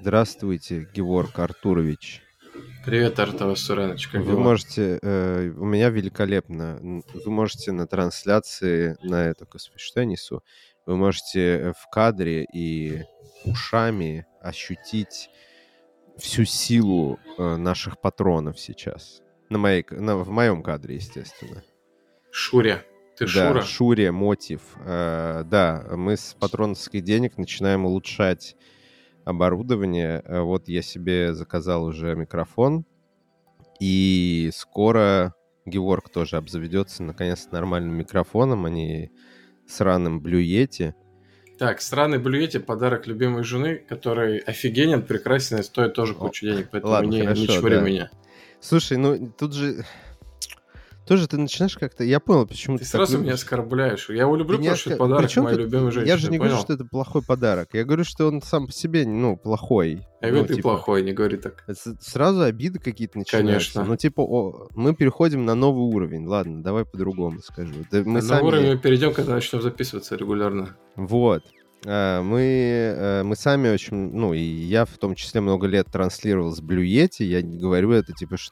Здравствуйте, Геворг Артурович. Привет, Артава Суренович, как Вы дела? можете, у меня великолепно, вы можете на трансляции, что я несу, вы можете в кадре и ушами ощутить всю силу наших патронов сейчас. В моем кадре, естественно. Шуря. Ты Да, Шура? Шуре, Мотив. Да, мы с патронских денег начинаем улучшать оборудование. Вот я себе заказал уже микрофон, и скоро Геворг тоже обзаведется наконец-то нормальным микрофоном, а не сраным Blue Yeti. Так, странный блюете, подарок любимой жены, который офигенен, прекрасен и стоит тоже кучу денег, поэтому Ладно, не хорошо, чмори да. меня. Слушай, ну тут же... Тоже ты начинаешь как-то... Я понял, почему Ты ты так сразу меня любишь. оскорбляешь. Я его люблю, Ты не потому что это оска- подарок Причем моей тут... любимой Я женщине, же ты не говорю, понял? что это плохой подарок. Я говорю, что он сам по себе, плохой. Я говорю, ты плохой, не говори так. Сразу обиды какие-то начинаются. Конечно. Мы переходим на новый уровень. Ладно, давай по-другому скажу. Да мы На сами... уровень мы перейдем, когда начнем записываться регулярно. Вот. Мы сами очень, и я в том числе много лет транслировал с Blue Yeti. Я не говорю это,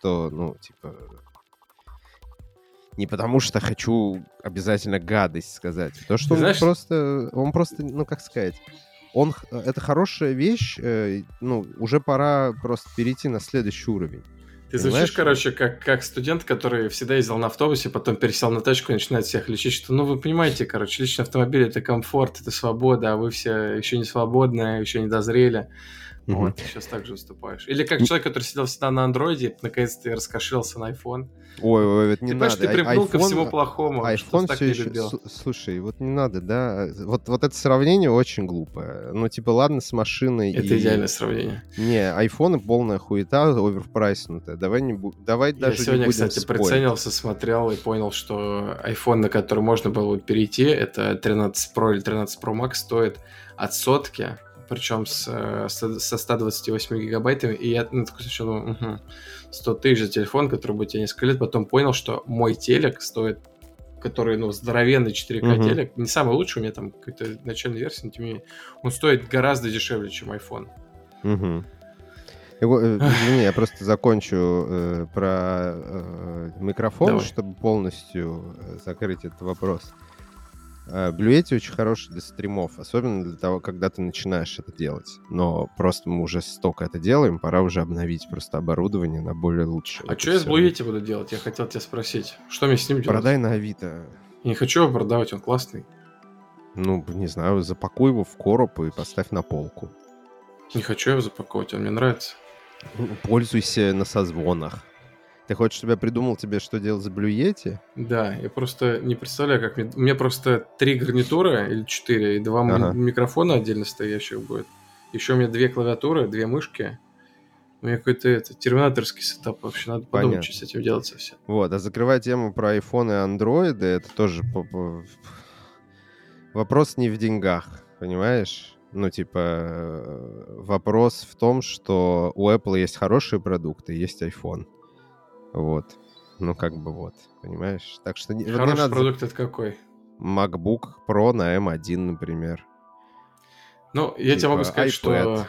не потому что хочу обязательно гадость сказать. То, что Ты знаешь, он просто, как сказать, это хорошая вещь, уже пора просто перейти на следующий уровень. ты Понимаешь? звучишь, короче, как студент, который всегда ездил на автобусе, потом пересел на тачку и начинает всех лечить, что, вы понимаете, короче, личный автомобиль — это комфорт, это свобода, а вы все еще не свободные, еще не дозрели. Вот, ты сейчас так же выступаешь. Или как человек, который сидел всегда на андроиде, наконец-то раскошелился на iPhone. Ой, это не Ты понимаешь, надо. ты припнул ко всему плохому, что iPhone так все не еще... любил. Слушай, вот не надо, да? Вот это сравнение очень глупое. Ладно, с машиной Это идеальное сравнение. Не, айфоны полная хуета, оверпрайснутая. Давай даже Я сегодня, не будем кстати, спорить. приценился, смотрел и понял, что iPhone, на который можно было перейти, это 13 Pro или 13 Pro Max, стоит от сотки, причем со 128 гигабайтами, и я такой сначала 100 тысяч за телефон, который будет тебе несколько лет, потом понял, что мой телек стоит, который, здоровенный 4К телек, не самый лучший, у меня там какая-то начальная версия, но тем не менее, он стоит гораздо дешевле, чем iPhone. Извини, я просто закончу про микрофон, Давай. чтобы полностью закрыть этот вопрос. Blue Yeti очень хороший для стримов, особенно для того, когда ты начинаешь это делать. Но просто мы уже столько это делаем, пора уже обновить просто оборудование на более лучшее. А что я с Blue Yeti буду делать? Я хотел тебя спросить. Что мне с ним делать? Продай на Авито. Я не хочу его продавать, он классный. Не знаю, запакуй его в короб и поставь на полку. Не хочу его запаковывать, он мне нравится. Пользуйся на созвонах. Ты хочешь, чтобы я придумал тебе, что делать с Blue Yeti? Да, я просто не представляю, как мне... У меня просто 3 гарнитуры или 4, и 2 микрофона отдельно стоящих будет. Еще у меня 2 клавиатуры, 2 мышки. У меня какой-то терминаторский сетап вообще. Надо подумать, что с этим делать совсем. Вот, а закрывая тему про iPhone и Android, это тоже вопрос не в деньгах, понимаешь? Вопрос в том, что у Apple есть хорошие продукты, есть iPhone. Вот. Понимаешь? Так что Хороший продукт это какой? MacBook Pro на M1, например. Я тебе могу сказать, что...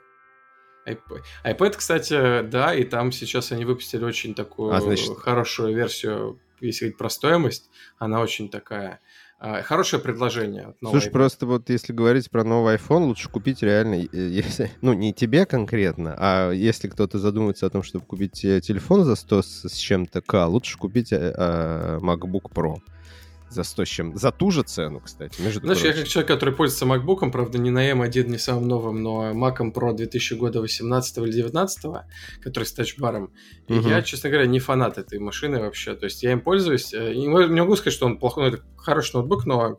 iPad, кстати, да, и там сейчас они выпустили очень такую хорошую версию, если говорить про стоимость, она очень такая... Хорошее предложение. Слушай, просто если говорить про новый iPhone, лучше купить реально, не тебе конкретно, а если кто-то задумывается о том, чтобы купить телефон за 100 с чем-то К, лучше купить MacBook Pro за 100 с чем. За ту же цену, кстати, между прочим. Я как человек, который пользуется MacBook'ом, правда, не на M1, не самым новым, но Mac'ом Pro 2018 или 2019, который с тачбаром. И я, честно говоря, не фанат этой машины вообще. То есть я им пользуюсь. Не могу сказать, что он плохой, это хороший ноутбук, но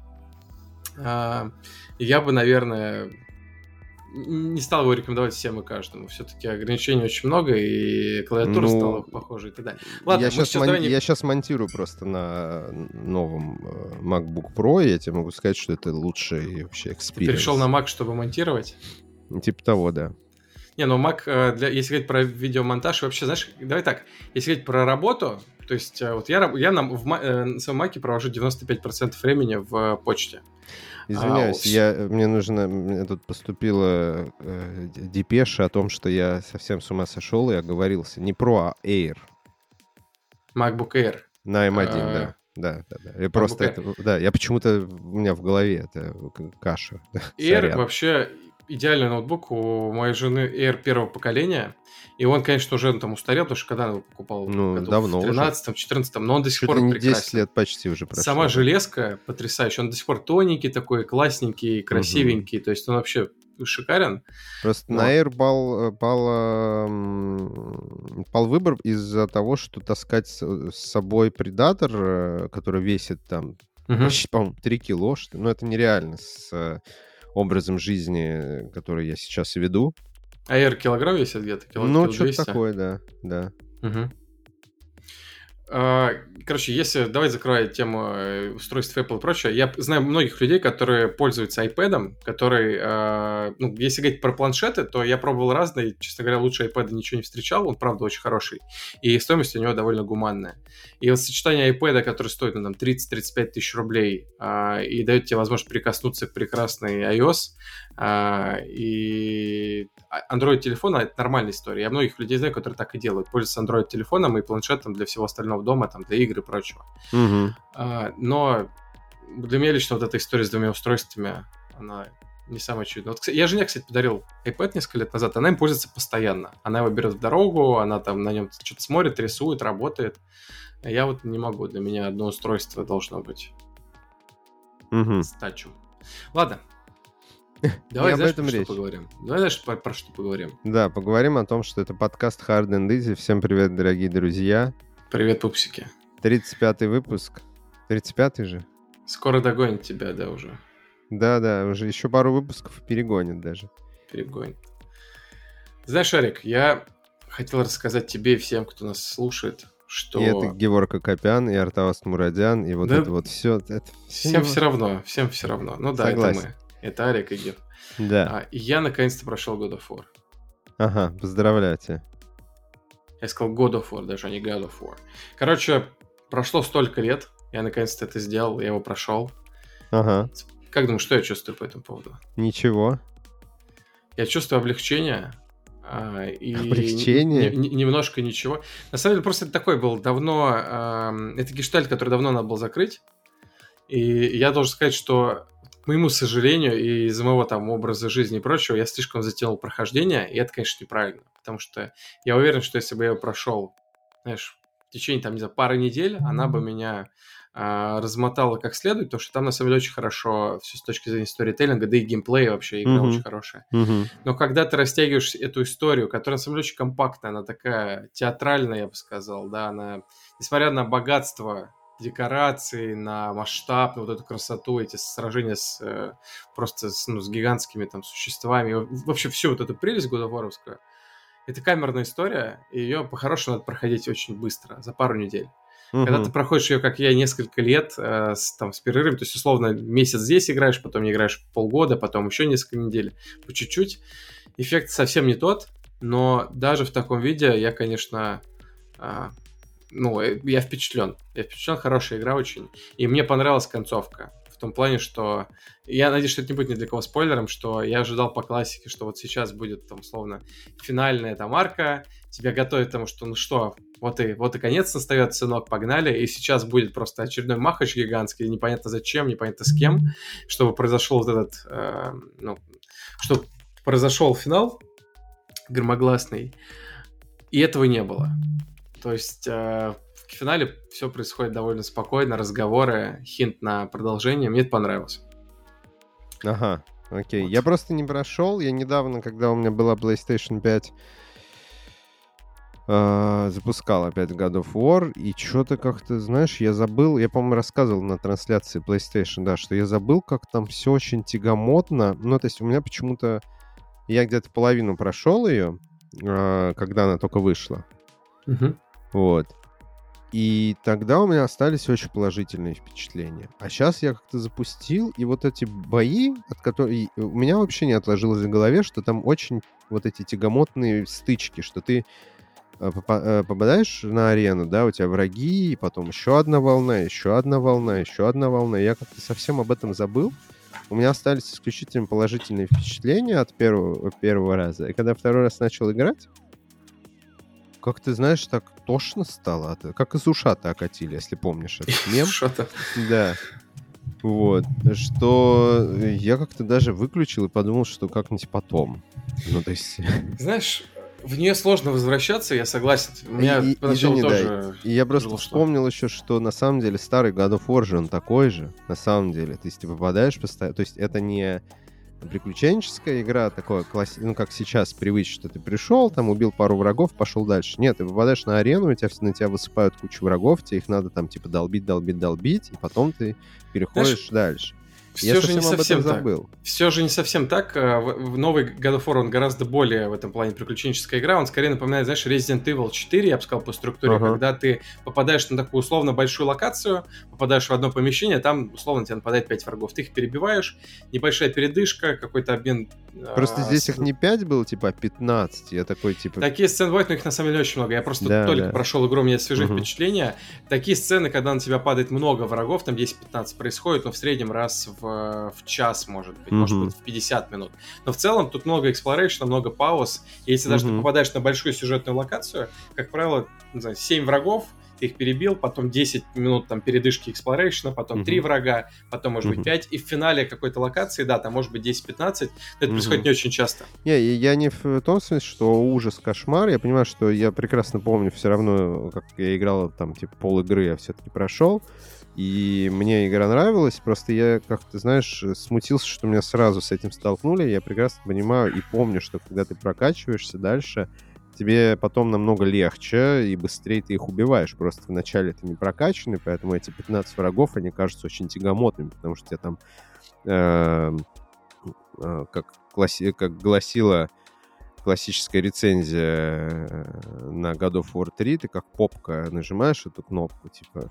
я бы, наверное, не стал его рекомендовать всем и каждому. Все-таки ограничений очень много, и клавиатура стала похожей и так далее. Ладно, я сейчас монтирую просто на новом MacBook Pro, и я тебе могу сказать, что это лучший вообще экспириенс. Ты перешел на Mac, чтобы монтировать? Типа того, да. Mac, если говорить про видеомонтаж, вообще, знаешь, давай так, если говорить про работу, то есть я в своем Mac'е провожу 95% времени в почте. Извиняюсь, мне тут поступила депеша о том, что я совсем с ума сошел и оговорился. Не Pro, а Air. MacBook Air. На M1, да. Да. Я просто это, я почему-то у меня в голове это каша. Air вообще идеальный ноутбук у моей жены, Air первого поколения. И он, конечно, уже там устарел, потому что когда он его покупал? Давно в 13-м, 14-м, но он до сих пор не прекрасен. 10 лет почти уже прошло. Сама железка потрясающая. Он до сих пор тоненький такой, классненький, красивенький. То есть он вообще шикарен. Просто на Air пал выбор из-за того, что таскать с собой Predator, который весит там, почти, по-моему, 3 кило. Но это нереально с образом жизни, который я сейчас веду. А Air килограмм весит где-то? Что-то такое, да. Короче, давай закрывать тему устройств Apple и прочее. Я знаю многих людей, которые пользуются iPad'ом, если говорить про планшеты, то я пробовал разные. Честно говоря, лучше iPad ничего не встречал. Он, правда, очень хороший. И стоимость у него довольно гуманная. И вот сочетание iPad'а, который стоит 30-35 тысяч рублей, и дает тебе возможность прикоснуться к прекрасной iOS, и Android-телефон — это нормальная история. Я многих людей знаю, которые так и делают. Пользуются Android-телефоном и планшетом для всего остального дома, там, для игр и прочего. Но для меня лично вот эта история с двумя устройствами, она не самая очевидная. Вот, я жене, кстати, подарил iPad несколько лет назад, она им пользуется постоянно. Она его берет в дорогу, она там на нем что-то смотрит, рисует, работает. Я вот не могу. Для меня одно устройство должно быть с тачем. Ладно. Давай, знаешь, про что поговорим? Про что поговорим? Да, поговорим о том, что это подкаст Hard and Easy. Всем привет, дорогие друзья. Привет, пупсики. 35-й выпуск. 35-й же? Скоро догонит тебя, да, уже. Да, уже еще пару выпусков перегонит даже. Перегонит. Знаешь, Арик, я хотел рассказать тебе и всем, кто нас слушает, что... И это Геворг Акопян, и Артавас Мурадян, и вот это вот все. Всем все равно. Ну да, согласен. Это мы. Это Арик и Гев. Да. И я наконец-то прошел God of War. Ага, поздравляю тебя. Я сказал God of War, даже, а не God of War. Короче, прошло столько лет, я наконец-то это сделал, я его прошел. Ага. Как думаешь, что я чувствую по этому поводу? Ничего. Я чувствую облегчение. Облегчение? Немножко ничего. На самом деле, просто это такой был давно... это гештальт, который давно надо было закрыть. И я должен сказать, что, к моему сожалению, и из-за моего там образа жизни и прочего, я слишком затянул прохождение, и это, конечно, неправильно. Потому что я уверен, что если бы я его прошел, знаешь, в течение, там, не знаю, пары недель, она бы меня размотала как следует, потому что там, на самом деле, очень хорошо все с точки зрения сторителлинга, да и геймплея вообще игра очень хорошая. Но когда ты растягиваешь эту историю, которая, на самом деле, очень компактная, она такая театральная, я бы сказал, да, она, несмотря на богатство декораций, на масштаб, на вот эту красоту, эти сражения просто с гигантскими там существами, вообще всю вот эту прелесть God of War-овскую, это камерная история, и ее по-хорошему надо проходить очень быстро, за пару недель. Когда ты проходишь ее, как я, несколько лет с перерывом, то есть, условно, месяц здесь играешь, потом не играешь полгода, потом еще несколько недель, по чуть-чуть, эффект совсем не тот, но даже в таком виде я, конечно, я впечатлен. Хорошая игра очень. И мне понравилась концовка. В том плане, что... Я надеюсь, что это не будет ни для кого спойлером, что я ожидал по классике, что вот сейчас будет, там, условно, финальная там арка, тебя готовят к тому, что, вот и конец настает, сынок, погнали, и сейчас будет просто очередной махач гигантский, непонятно зачем, непонятно с кем, чтобы произошел вот этот... чтобы произошел финал громогласный, и этого не было. То есть в финале все происходит довольно спокойно, разговоры, хинт на продолжение. Мне это понравилось. Ага, окей. Вот. Я просто не прошел. Я недавно, когда у меня была PlayStation 5, запускал опять God of War, и что-то как-то, знаешь, я забыл, я, по-моему, рассказывал на трансляции PlayStation, да, что я забыл, как там все очень тягомотно. Ну, то есть у меня почему-то... Я где-то половину прошел ее, когда она только вышла. Вот. И тогда у меня остались очень положительные впечатления. А сейчас я как-то запустил, и вот эти бои, от которых у меня вообще не отложилось в голове, что там очень вот эти тягомотные стычки, что ты попадаешь на арену, да, у тебя враги, и потом еще одна волна, еще одна волна, еще одна волна. Я как-то совсем об этом забыл. у меня остались исключительно положительные впечатления от первого раза. И когда второй раз начал играть, как ты знаешь, так тошно стало. Как из ушата окатили, если помнишь этот мем. Что-то. Да. Вот. Что я как-то даже выключил и подумал, что как-нибудь потом. Ну, то есть... Знаешь, в нее сложно возвращаться, я согласен. У меня поначалу тоже... И я просто вспомнил еще, что на самом деле старый God of War же, он такой же, на самом деле. То есть ты попадаешь постоянно... То есть это не приключенческая игра, такое, ну, как сейчас привычно, что ты пришел, там, убил пару врагов, пошел дальше. Нет, ты попадаешь на арену, на тебя высыпают кучу врагов, тебе их надо там, типа, долбить, и потом ты переходишь дальше. Все же не совсем так. Все же не совсем так. В новый God of War, он гораздо более в этом плане приключенческая игра. Он скорее напоминает, знаешь, Resident Evil 4, я бы сказал, по структуре, когда ты попадаешь на такую условно большую локацию, попадаешь в одно помещение, там условно тебе нападает 5 врагов. Ты их перебиваешь, небольшая передышка, какой-то обмен... Просто здесь их не 5 было, типа, а 15. Я такой, типа... Такие сцены бывают, но их на самом деле очень много. Я просто только прошел игру, у меня свежие впечатления. Такие сцены, когда на тебя падает много врагов, там 10-15 происходит, но в среднем раз в час, может быть, может быть, в 50 минут. Но в целом тут много эксплорейшна, много пауз. И если даже ты попадаешь на большую сюжетную локацию, как правило, не знаю, 7 врагов, ты их перебил, потом 10 минут там передышки эксплорейшна, потом 3 врага, потом, может быть, 5, и в финале какой-то локации, да, там может быть 10-15, это происходит не очень часто. Я не в том смысле, что ужас, кошмар, я понимаю, что я прекрасно помню все равно, как я играл, там, типа, пол игры я все-таки прошел, и мне игра нравилась, просто я, как ты знаешь, смутился, что меня сразу с этим столкнули, я прекрасно понимаю и помню, что когда ты прокачиваешься дальше, тебе потом намного легче и быстрее ты их убиваешь. Просто вначале ты не прокачанный, поэтому эти 15 врагов, они кажутся очень тягомотными, потому что у тебя там, как гласила классическая рецензия на God of War 3, ты как попка нажимаешь эту кнопку, типа,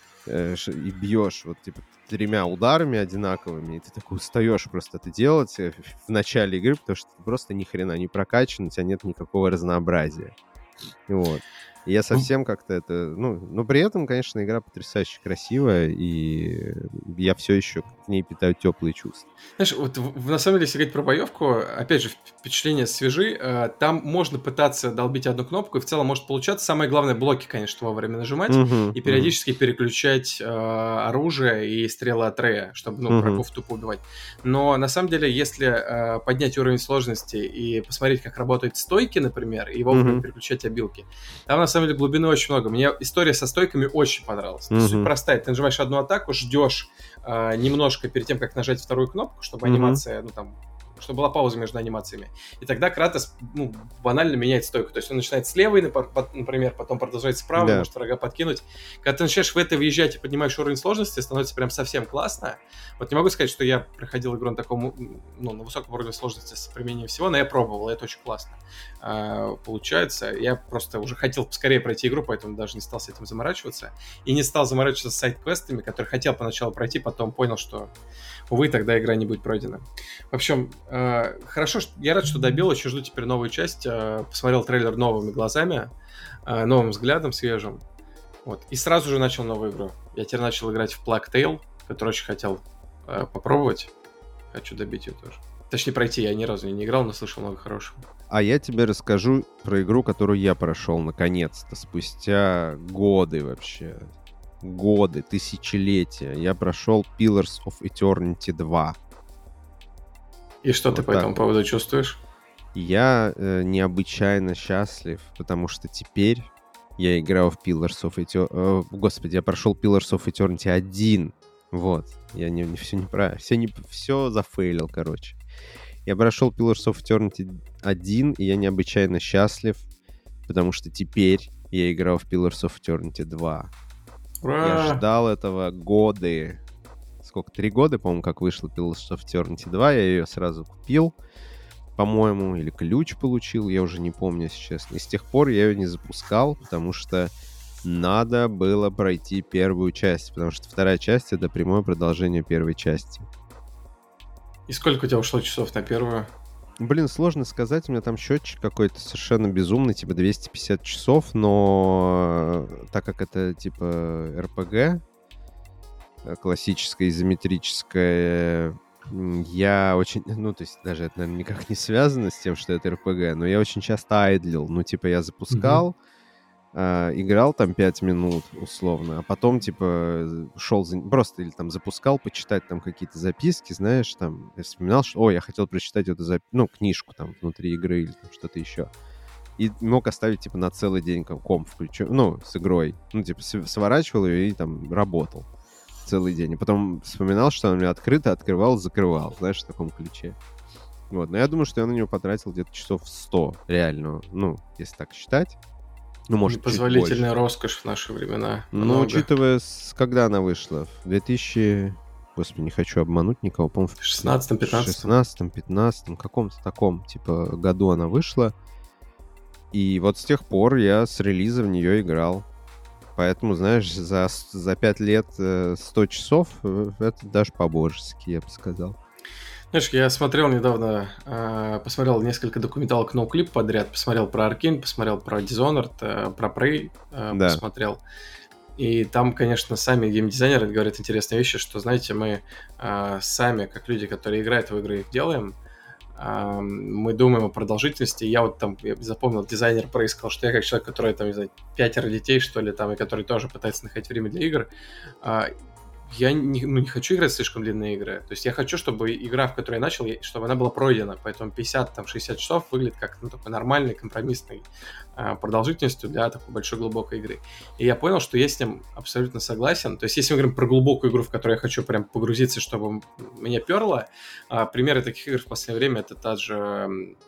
и бьешь вот, типа, 3 ударами одинаковыми, и ты такой устаешь просто это делать в начале игры, потому что ты просто ни хрена не прокачан, у тебя нет никакого разнообразия. Вот. И я совсем как-то это... но при этом, конечно, игра потрясающе красивая, и я все еще к ней питаю теплые чувства. Знаешь, вот на самом деле, если говорить про боевку, опять же, впечатления свежи. Там можно пытаться долбить одну кнопку, и в целом может получаться. Самое главное, блоки, конечно, вовремя нажимать, и периодически переключать оружие и стрелы от Рея, чтобы врагов тупо убивать. Но на самом деле, если поднять уровень сложности и посмотреть, как работают стойки, например, и вовремя переключать обилки, там на самом деле глубины очень много. Мне история со стойками очень понравилась. Суть простая. Ты нажимаешь одну атаку, ждешь немножко перед тем, как нажать вторую кнопку, чтобы анимация, чтобы была пауза между анимациями. И тогда Кратос, банально меняет стойку. То есть он начинает с левой, например, потом продолжает справа, может врага подкинуть. Когда ты начинаешь в это въезжать и поднимаешь уровень сложности, становится прям совсем классно. Вот не могу сказать, что я проходил игру на таком, на высоком уровне сложности с применением всего, но я пробовал, и это очень классно получается. Я просто уже хотел поскорее пройти игру, поэтому даже не стал с этим заморачиваться. И не стал заморачиваться с сайд-квестами, которые хотел поначалу пройти, потом понял, что, увы, тогда игра не будет пройдена. В общем, хорошо, я рад, что добил, очень жду теперь новую часть. Посмотрел трейлер новыми глазами, новым взглядом свежим. Вот. И сразу же начал новую игру. Я теперь начал играть в Plague Tale, который очень хотел попробовать. Хочу добить ее тоже. Точнее, пройти я ни разу не играл, но слышал много хорошего. А я тебе расскажу про игру, которую я прошел наконец-то, спустя годы вообще. Годы, тысячелетия. Я прошел Pillars of Eternity 2. И что вот ты по этому поводу чувствуешь? Я необычайно счастлив, потому что теперь я играл в Pillars of Eternity... Господи, я прошел Pillars of Eternity 1. Вот. Я все неправильно. Все зафейлил, короче. Я прошел Pillars of Eternity 1, и я необычайно счастлив, потому что теперь я играл в Pillars of Eternity 2. Ура! Я ждал этого годы. Сколько? 3 года, по-моему, как вышла Pillars of Eternity 2. Я ее сразу купил, по-моему, или ключ получил, я уже не помню, если честно. И с тех пор я ее не запускал, потому что надо было пройти первую часть, потому что вторая часть — это прямое продолжение первой части. И сколько у тебя ушло часов на первую? Блин, сложно сказать, у меня там счетчик какой-то совершенно безумный, типа 250 часов, но так как это типа РПГ, классическое изометрическое Я очень, ну, то есть даже это, наверное, никак не связано с тем, что это РПГ, но я очень часто айдлил. Ну, типа, я запускал, играл там 5 минут, условно, а потом, типа, шел просто или там запускал почитать там какие-то записки, знаешь, там, я вспоминал, что, я хотел прочитать эту, книжку там внутри игры или там что-то еще. И мог оставить, типа, на целый день комп включу, ну, с игрой. Ну, типа, сворачивал ее и там работал целый день. И потом вспоминал, что она у меня открыта, открывал, закрывал, знаешь, в таком ключе. Вот, но я думаю, что я на него потратил где-то часов 100, реально, ну, если так считать. Ну, может, чуть Непозволительная больше. роскошь в наши времена. Ну, Много. учитывая, когда она вышла? В 2000... Господи, не хочу обмануть никого, по-моему, в 16-15. 16-15, каком-то таком, типа, году она вышла. И вот с тех пор я с релиза в нее играл. Поэтому, знаешь, за 5 лет 100 часов это даже по-божески, я бы сказал. Знаешь, я смотрел недавно, посмотрел несколько документалок NoClip подряд, посмотрел про Arkane, посмотрел про Dishonored, про Prey Да. посмотрел. И там, конечно, сами геймдизайнеры говорят интересные вещи, что, знаете, мы сами, как люди, которые играют в игры, их делаем, мы думаем о продолжительности. Я вот там я запомнил, дизайнер Prey сказал, что я как человек, который, там, не знаю, 5 детей, что ли, там, и который тоже пытается находить время для игр, я не хочу играть в слишком длинные игры. То есть я хочу, чтобы игра, в которой я начал, чтобы она была пройдена. Поэтому 50-60 часов выглядит как такой нормальной, компромиссной продолжительностью для такой большой, глубокой игры. И я понял, что я с ним абсолютно согласен. То есть если мы говорим про глубокую игру, в которую я хочу прям погрузиться, чтобы меня перло, примеры таких игр в последнее время — это та же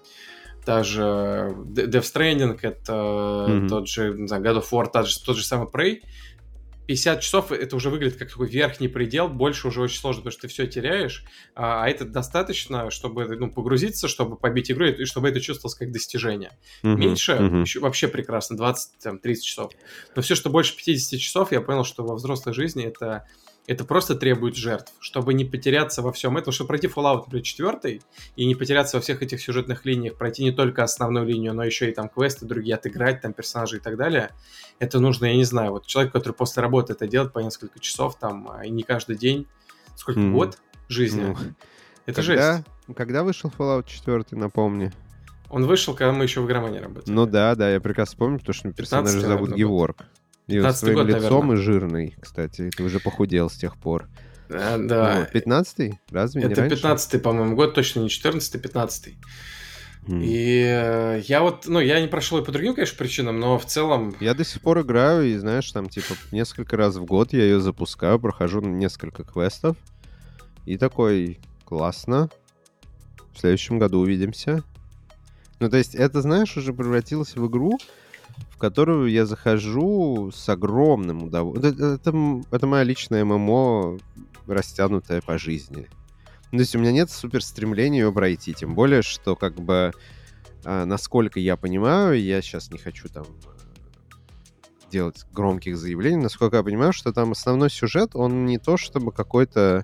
Death Stranding, это тот же, не знаю, God of War, тот же самый Prey. 50 часов это уже выглядит как такой верхний предел, больше уже очень сложно, потому что ты все теряешь, а это достаточно, чтобы погрузиться, чтобы побить игру, и чтобы это чувствовалось как достижение. Меньше еще вообще прекрасно, 20-30 часов. Но все, что больше 50 часов, я понял, что во взрослой жизни это просто требует жертв, чтобы не потеряться во всем этом, чтобы пройти Fallout, например, 4 и не потеряться во всех этих сюжетных линиях, пройти не только основную линию, но еще и там квесты другие, отыграть там персонажей и так далее. Это нужно, я не знаю, вот человек, который после работы это делает по несколько часов там, и не каждый день, сколько год жизни. Это жесть. Когда вышел Fallout 4, напомни? Он вышел, когда мы еще в игромании работали. Ну да, я прекрасно помню, потому что персонажа зовут Геворг. И с твоим лицом, наверное. И жирный, кстати. Ты уже похудел с тех пор. Да. Ну, 15-й? Разве это не раньше? Это 15-й, по-моему, год, точно не 14-й, 15-й. И я не прошел и по другим, конечно, причинам, но в целом... Я до сих пор играю, и, знаешь, там, типа, несколько раз в год я ее запускаю, прохожу несколько квестов. И такой, классно. В следующем году увидимся. Ну, то есть, это, знаешь, уже превратилось в игру, в которую я захожу с огромным удовольствием. Это моя личная ММО, растянутая по жизни. То есть у меня нет супер стремления ее пройти. Тем более, что как бы, насколько я понимаю, я сейчас не хочу там делать громких заявлений, насколько я понимаю, что там основной сюжет, он не то чтобы какой-то,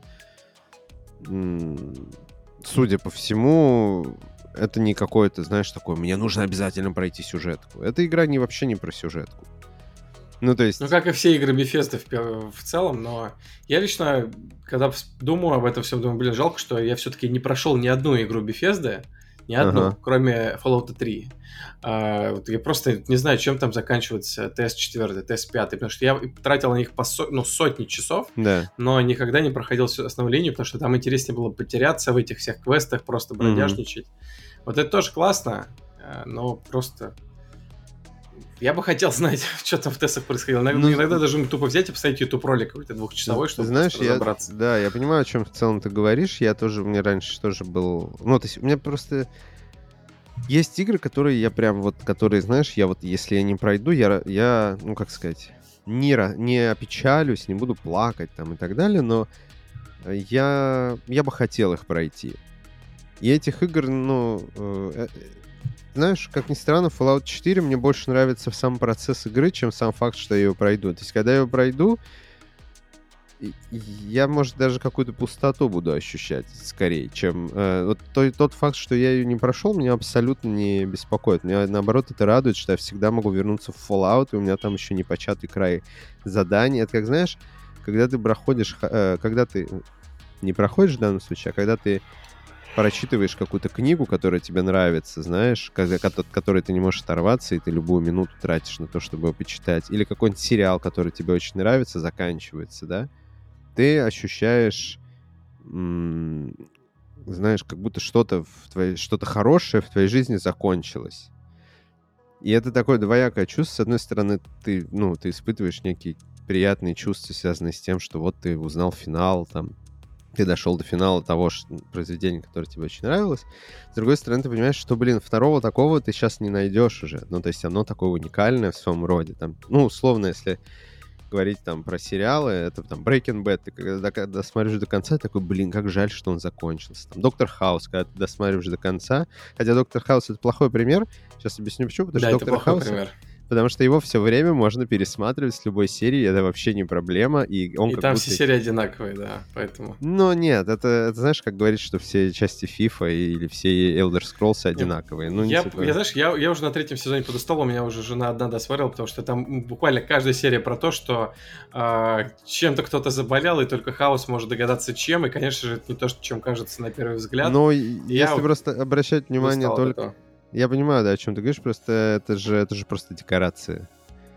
судя по всему... Это не какое-то, знаешь, такое, мне нужно обязательно пройти сюжетку. Эта игра вообще не про сюжетку. Ну, то есть... Ну, как и все игры Bethesda в целом, но я лично, когда думаю об этом всем, думаю, жалко, что я все-таки не прошел ни одну игру Bethesda, ни одну, кроме Fallout 3. Я просто не знаю, чем там заканчивается TS4, TS5, потому что я тратил на них сотни часов, но никогда не проходил всю основную линию, потому что там интереснее было потеряться в этих всех квестах, просто бродяжничать. Вот это тоже классно, но просто... Я бы хотел знать, что там в тестах происходило. Иногда даже тупо взять и поставить YouTube-ролик какой-то 2-часовой, чтобы разобраться. Я понимаю, о чем в целом ты говоришь. У меня раньше тоже был... Ну, то есть у меня просто... Есть игры, которые я прям вот... Которые, знаешь, если я не пройду, я ну, как сказать... Не опечалюсь, не буду плакать там и так далее, но я бы хотел их пройти. И этих игр, знаешь, как ни странно, Fallout 4 мне больше нравится сам процесс игры, чем сам факт, что я ее пройду. То есть, когда я ее пройду, я, может, даже какую-то пустоту буду ощущать скорее, чем... тот факт, что я ее не прошел, меня абсолютно не беспокоит. Меня, наоборот, это радует, что я всегда могу вернуться в Fallout, и у меня там еще не початый край заданий. Это как, знаешь, когда ты проходишь... не проходишь в данном случае, а когда ты прочитываешь какую-то книгу, которая тебе нравится, знаешь, которой ты не можешь оторваться, и ты любую минуту тратишь на то, чтобы его почитать, или какой-нибудь сериал, который тебе очень нравится, заканчивается, да, ты ощущаешь, знаешь, как будто что-то хорошее в твоей жизни закончилось. И это такое двоякое чувство. С одной стороны, ты испытываешь некие приятные чувства, связанные с тем, что вот ты узнал финал, там, ты дошел до финала того произведения, которое тебе очень нравилось. С другой стороны, ты понимаешь, что, второго такого ты сейчас не найдешь уже. Ну, то есть оно такое уникальное в своем роде. Там, условно, если говорить там про сериалы, это там Breaking Bad, ты когда досматриваешь до конца, такой, как жаль, что он закончился. Там Доктор Хаус, когда ты досматриваешь до конца, хотя Доктор Хаус — это плохой пример, сейчас объясню почему, потому что Доктор Хаус... Потому что его все время можно пересматривать с любой серии, это вообще не проблема. И там все серии одинаковые, да, поэтому... Но нет, это знаешь, как говорить, что все части FIFA или все Elder Scrolls одинаковые. Я уже на 3-м сезоне подустал, у меня уже жена одна досмотрела, потому что там буквально каждая серия про то, что чем-то кто-то заболел, и только Хаус может догадаться, чем, и, конечно же, это не то, чем кажется на первый взгляд. Но если просто обращать внимание только... Я понимаю, да, о чем ты говоришь, просто это же просто декорации.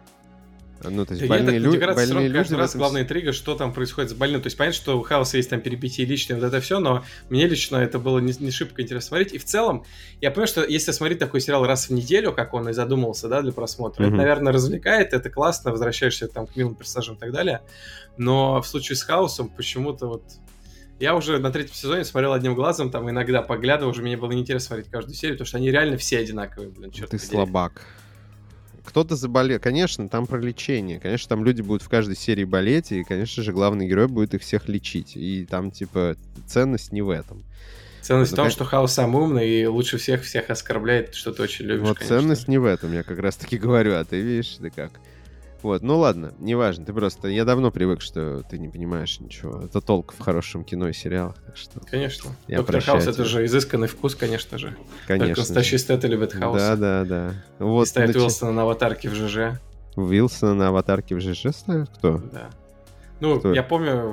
Ну, то есть больные люди... Каждый раз главная интрига, что там происходит с больным. То есть понятно, что у Хауса есть там перипетии личные, вот это все, но мне лично это было не шибко интересно смотреть. И в целом, я понимаю, что если смотреть такой сериал раз в неделю, как он и задумывался, да, для просмотра, это, наверное, развлекает, это классно, возвращаешься там к милым персонажам и так далее. Но в случае с Хаусом почему-то вот... Я уже на 3-м сезоне смотрел одним глазом, там иногда поглядывал, уже мне было неинтересно смотреть каждую серию, потому что они реально все одинаковые, черт побери. Ты слабак. Кто-то заболел. Конечно, там про лечение. Конечно, там люди будут в каждой серии болеть, и, конечно же, главный герой будет их всех лечить. И там, ценность не в этом. Ценность в том, что Хаус самый умный и лучше всех оскорбляет, что ты очень любишь, вот конечно. Ценность не в этом, я как раз-таки говорю, а ты видишь, ты как... Вот, ну ладно, неважно, ты просто... Я давно привык, что ты не понимаешь ничего. Это толк в хорошем кино и сериалах, так что... Конечно. Доктор Хаус — это же изысканный вкус, конечно же. Конечно. Только настоящие эстеты любят Хаус. Да. Вот, и ставят Уилсона на аватарке в ЖЖ. Уилсона на аватарке в ЖЖ ставят? Кто? Да. Ну, кто? Я помню,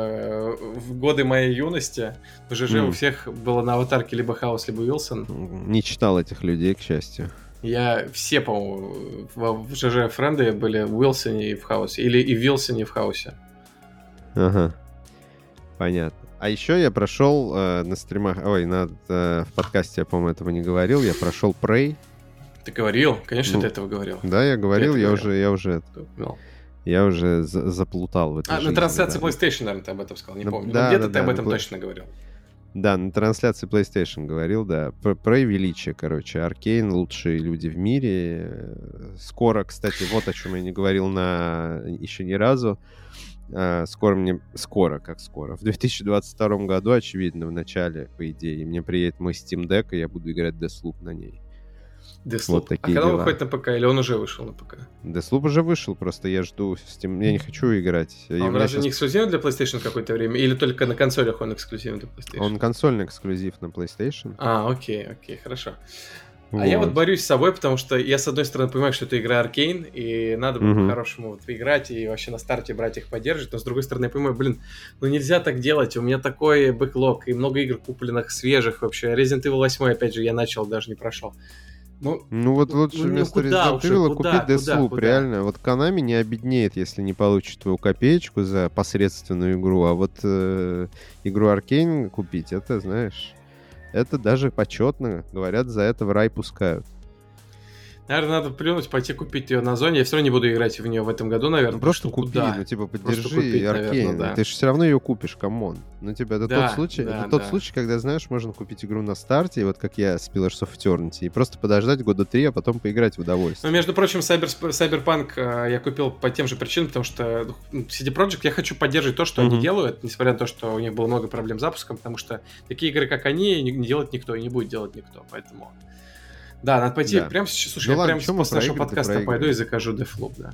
в годы моей юности в ЖЖ у всех было на аватарке либо Хаус, либо Уилсон. Не читал этих людей, к счастью. Все, по-моему, в ЖЖ френды были в Уилсоне и в Хаусе. Или и в Уилсоне и в Хаусе. Ага. Понятно. А еще я прошел на стримах... в подкасте я, по-моему, этого не говорил. Я прошел Prey. Ты говорил? Конечно, ты этого говорил. Да, я говорил. Я уже заплутал в этой жизни. На трансляции PlayStation, наверное, ты об этом сказал. Не помню. Да, где-то ты об этом точно говорил. Да, на трансляции PlayStation говорил, да. Про величие, короче. Аркейн — лучшие люди в мире. Скоро, кстати, вот о чем я не говорил еще ни разу. Скоро. В 2022 году, очевидно, в начале, по идее, мне приедет мой Steam Deck, и я буду играть Deathloop на ней. Deathloop. Вот такие когда он выходит на ПК, или он уже вышел на ПК? Deathloop уже вышел, просто я жду Steam. Я не хочу играть. Он разве не эксклюзивен для PlayStation какое-то время? Или только на консолях он эксклюзивен для PlayStation? Он консольный эксклюзив на PlayStation. Окей, хорошо. Вот. А я вот борюсь с собой, потому что я, с одной стороны, понимаю, что это игра Arcane, и надо бы по-хорошему играть и вообще на старте брать их поддерживать, но с другой стороны, я понимаю, нельзя так делать, у меня такой бэклог, и много игр купленных свежих вообще. Resident Evil 8, опять же, я начал, даже не прошел. Вот лучше вместо Resident Evil купить Deathloop, реально. Вот Konami не обеднеет, если не получит твою копеечку за посредственную игру, а вот игру Arcane купить, это, знаешь, это даже почетно. Говорят, за это в рай пускают. Наверное, надо плюнуть, пойти купить ее на Зоне. Я все равно не буду играть в нее в этом году, наверное. Просто купи, поддержи Аркейн. Да. Ты же все равно ее купишь, камон. Это тот случай, когда, знаешь, можно купить игру на старте, вот как я с Pillars of Eternity, и просто подождать года 3, а потом поиграть в удовольствие. Но, между прочим, Cyberpunk я купил по тем же причинам, потому что CD Projekt я хочу поддерживать то, что они делают, несмотря на то, что у них было много проблем с запуском, потому что такие игры, как они, не делает никто и не будет делать никто, поэтому... Да, надо пойти прямо сейчас. Слушай, я прямо после нашего подкаста пойду и закажу Deathloop, да.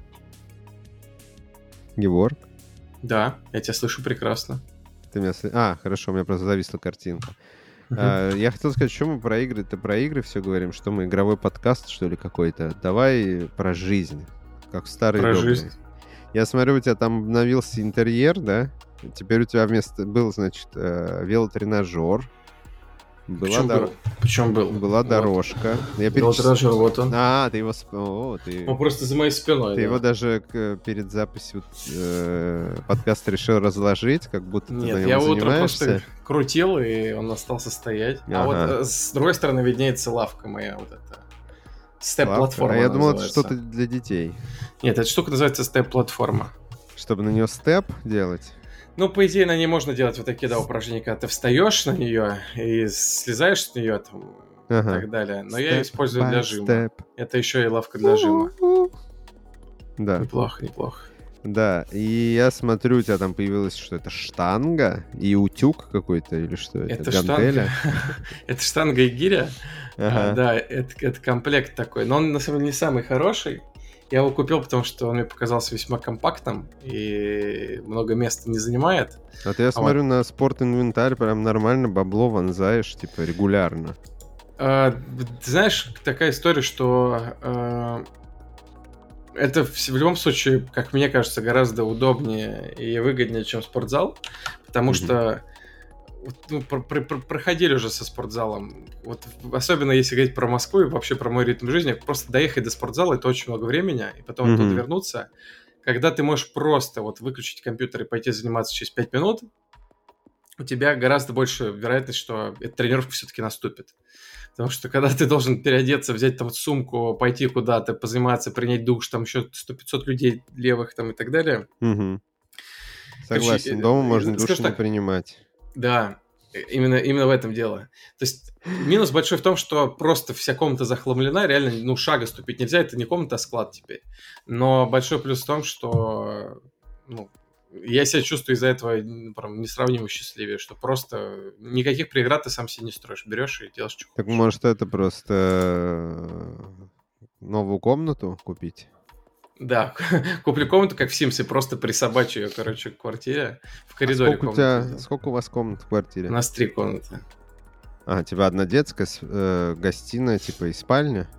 Геворг? Да, я тебя слышу прекрасно. Ты меня... хорошо, у меня просто зависла картинка. Я хотел сказать, что мы про игры? Про игры все говорим, что мы игровой подкаст, что ли, какой-то. Давай про жизнь, как в старые добрые. Про жизнь. Я смотрю, у тебя там обновился интерьер, да? Теперь у тебя вместо... Был, значит, велотренажер. Причем был? Была Вот. дорожка. Велотренажер, вот он. Ты его... Он просто за моей спиной. Ты его даже перед записью подкаста решил разложить, как будто Нет, ты на я нем утром занимаешься. просто крутил, и он остался стоять. Ага. А вот с другой стороны виднеется лавка моя, вот эта. Степ-платформа. А я думал, это называется. что-то для детей. Нет, эта штука называется степ-платформа. Чтобы на нее степ делать? Ну, по идее, на ней можно делать вот такие, да, упражнения, когда ты встаешь на нее и слезаешь с нее там, и так далее. Но я ее использую для жима. Это еще и лавка для жима. Да. Неплохо. Да, и я смотрю, у тебя там появилось, что это штанга и утюг какой-то, или что это? Это гантеля? Это штанга и гиря. Ага. Да, это комплект такой. Но он, на самом деле, не самый хороший. Я его купил, потому что он мне показался весьма компактным и много места не занимает. А то я смотрю на спорт-инвентарь, прям нормально бабло вонзаешь, типа, регулярно. Ты знаешь, такая история, что это в любом случае, как мне кажется, гораздо удобнее и выгоднее, чем спортзал, потому что проходили уже со спортзалом. Вот, особенно если говорить про Москву и вообще про мой ритм жизни, просто доехать до спортзала — это очень много времени, и потом оттуда вернуться. Когда ты можешь просто вот выключить компьютер и пойти заниматься через 5 минут, у тебя гораздо больше вероятность, что эта тренировка все-таки наступит. Потому что когда ты должен переодеться, взять там сумку, пойти куда-то, позаниматься, принять душ, там еще 100-500 людей левых там и так далее. Согласен, дома можно душ не принимать. Да, именно в этом дело. То есть минус большой в том, что просто вся комната захламлена, реально, шага ступить нельзя, это не комната, а склад теперь. Но большой плюс в том, что, я себя чувствую из-за этого прям несравнимо счастливее, что просто никаких преград ты сам себе не строишь, берешь и делаешь, что хочешь. Так может это просто новую комнату купить? Да, куплю комнату, как в Симсе, просто присобачу ее, к квартире, в коридоре комнаты. Сколько у вас комнат в квартире? У нас 3 комнаты. У тебя одна детская, гостиная, типа, и спальня?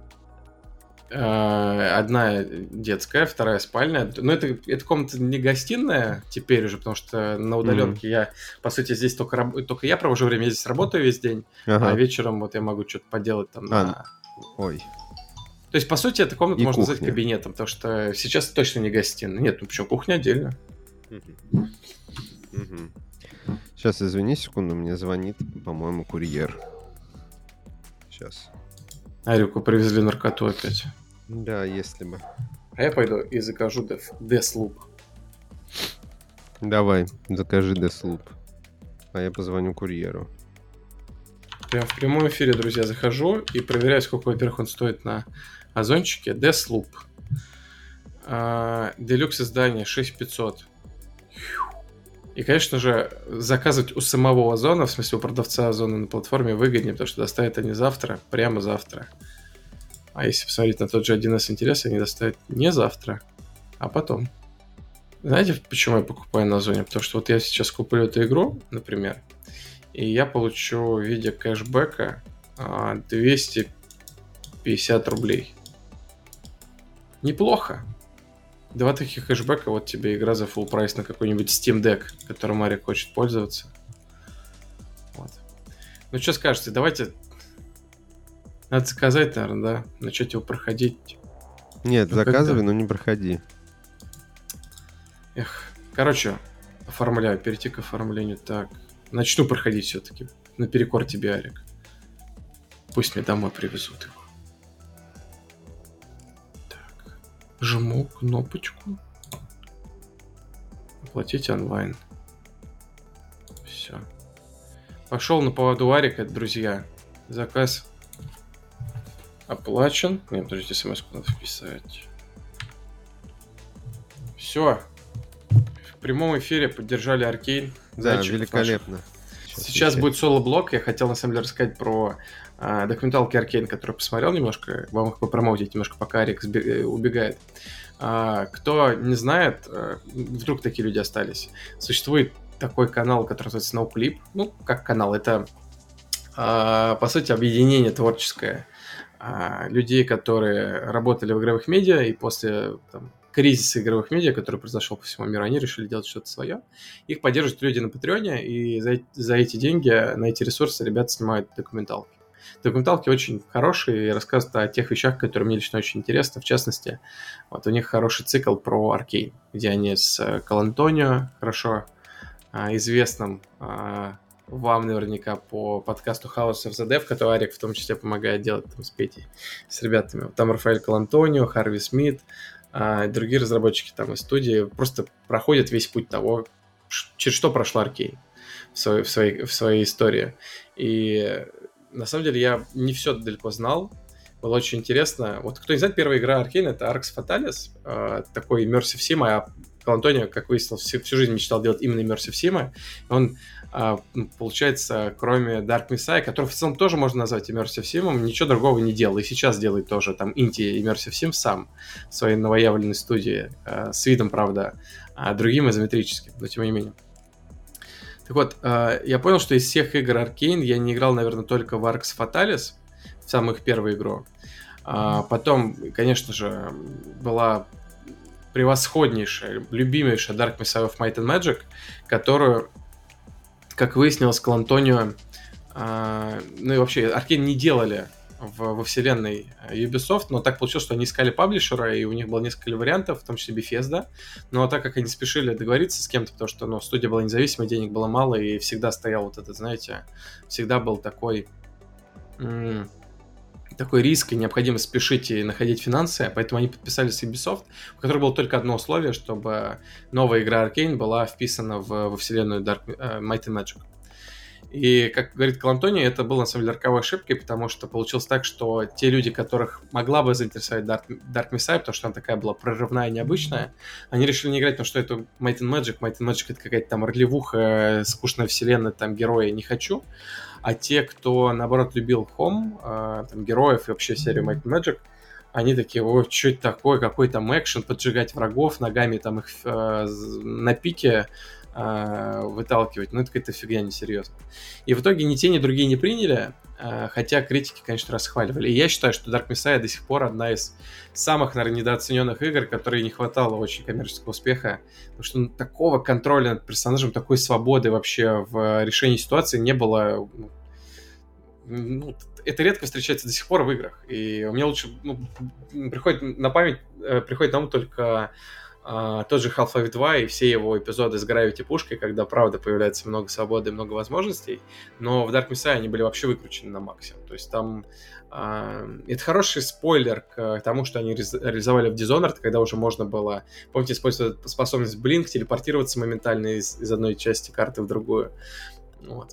Одна детская, вторая спальня. Но эта комната не гостиная теперь уже, потому что на удаленке я, по сути, здесь только я провожу время, я здесь работаю весь день, а вечером вот я могу что-то поделать там Ой. То есть, по сути, эту комнату можно назвать кабинетом, потому что сейчас точно не гостиная. Нет, почему? Кухня отдельно. Сейчас, извини секунду, мне звонит, по-моему, курьер. Сейчас. Арику привезли наркоту опять. Да, если бы. А я пойду и закажу Deathloop. Давай, закажи Deathloop. А я позвоню курьеру. Прям в прямом эфире, друзья, захожу и проверяю, сколько, во-первых, он стоит на Озончике. Deathloop. Делюкс издание 6500. И, конечно же, заказывать у самого Озона, в смысле у продавца Озона на платформе, выгоднее, потому что доставят они завтра, прямо завтра. А если посмотреть на тот же 1С интерес, они доставят не завтра, а потом. Знаете, почему я покупаю на Озоне? Потому что вот я сейчас куплю эту игру, например, и я получу в виде кэшбэка 250 рублей. Неплохо. 2 таких кэшбэка, вот тебе игра за full прайс на какой-нибудь Steam Deck, которым Марик хочет пользоваться. Вот. Ну, что скажете, давайте... Надо заказать, наверное, да? Начать его проходить. Нет, заказывай, но не проходи. Короче, оформляю, перейти к оформлению. Так, начну проходить все-таки. Наперекор тебе, Арик. Пусть мне домой привезут его. Так, жму кнопочку. Оплатить онлайн. Все. Пошел на поводу Арика, друзья. Заказ оплачен. Мне, подождите, смс-ку надо вписать. Все. В прямом эфире поддержали Аркейн. Да, великолепно. Сейчас будет соло-блог. Я хотел, на самом деле, рассказать про документалки Аркейн, который посмотрел немножко. Вам их попромотить немножко, пока Арик убегает. Кто не знает, вдруг такие люди остались. Существует такой канал, который называется NoClip. Ну, как канал, это, по сути, объединение творческое людей, которые работали в игровых медиа и после кризис игровых медиа, который произошел по всему миру, они решили делать что-то свое. Их поддерживают люди на Патреоне, и за эти деньги, на эти ресурсы ребята снимают документалки. Документалки очень хорошие и рассказывают о тех вещах, которые мне лично очень интересны. В частности, вот у них хороший цикл про Аркейн, где они с Колантонио, хорошо известным вам наверняка по подкасту House of the Dev, который Арик в том числе помогает делать там с Петей, с ребятами. Там Рафаэль Колантонио, Харви Смит, и другие разработчики там из студии просто проходят весь путь того, через что прошла Аркейн в своей истории. И на самом деле я не все далеко знал. Было очень интересно. Вот кто не знает, первая игра Аркейн — это Arx Fatalis, такой Immersive Sim, а Колантонио, как выяснилось, всю жизнь мечтал делать именно Immersive Sim. Он, получается, кроме Dark Messiah, который в целом тоже можно назвать Immersive Sim, ничего другого не делал. И сейчас делает тоже там инди Immersive Sim сам в своей новоявленной студии, с видом, правда, другим изометрическим, но тем не менее. Так вот, я понял, что из всех игр Arcane я не играл, наверное, только в Arx Fatalis, в самую их первую игру. Потом, конечно же, была превосходнейшая, любимейшая Dark Messiah of Might and Magic, которую, как выяснилось, Колантонио, ну и вообще Arcane не делали во вселенной Ubisoft, но так получилось, что они искали паблишера, и у них было несколько вариантов, в том числе Bethesda, но так как они спешили договориться с кем-то, потому что, студия была независимой, денег было мало, и всегда стоял вот этот, знаете, всегда был такой риск и необходимость спешить и находить финансы, поэтому они подписали с Ubisoft, у которых было только одно условие, чтобы новая игра Arcane была вписана во вселенную Might and Magic. И, как говорит Колантонио, это было на самом деле роковой ошибкой, потому что получилось так, что те люди, которых могла бы заинтересовать Dark Messiah, потому что она такая была прорывная и необычная, они решили не играть, потому что это Might and Magic. Might and Magic — это какая-то там ролевуха, скучная вселенная, там герои не хочу. А те, кто, наоборот, любил Home, там героев и вообще серию Might and Magic, они такие: ой, что это такое, какой там экшен, поджигать врагов, ногами там их на пике выталкивать, это какая-то фигня несерьезная. И в итоге ни те, ни другие не приняли, хотя критики, конечно, расхваливали. И я считаю, что Dark Messiah до сих пор одна из самых, наверное, недооцененных игр, которой не хватало очень коммерческого успеха, потому что такого контроля над персонажем, такой свободы вообще в решении ситуации не было. Это редко встречается до сих пор в играх. И у меня лучше приходит на ум только тот же Half-Life 2 и все его эпизоды с Gravity пушкой, когда, правда, появляется много свободы и много возможностей, но в Dark Messiah они были вообще выкручены на максимум. То есть там это хороший спойлер к тому, что они реализовали в Dishonored, когда уже можно было, помните, использовать способность Blink, телепортироваться моментально из одной части карты в другую. Вот.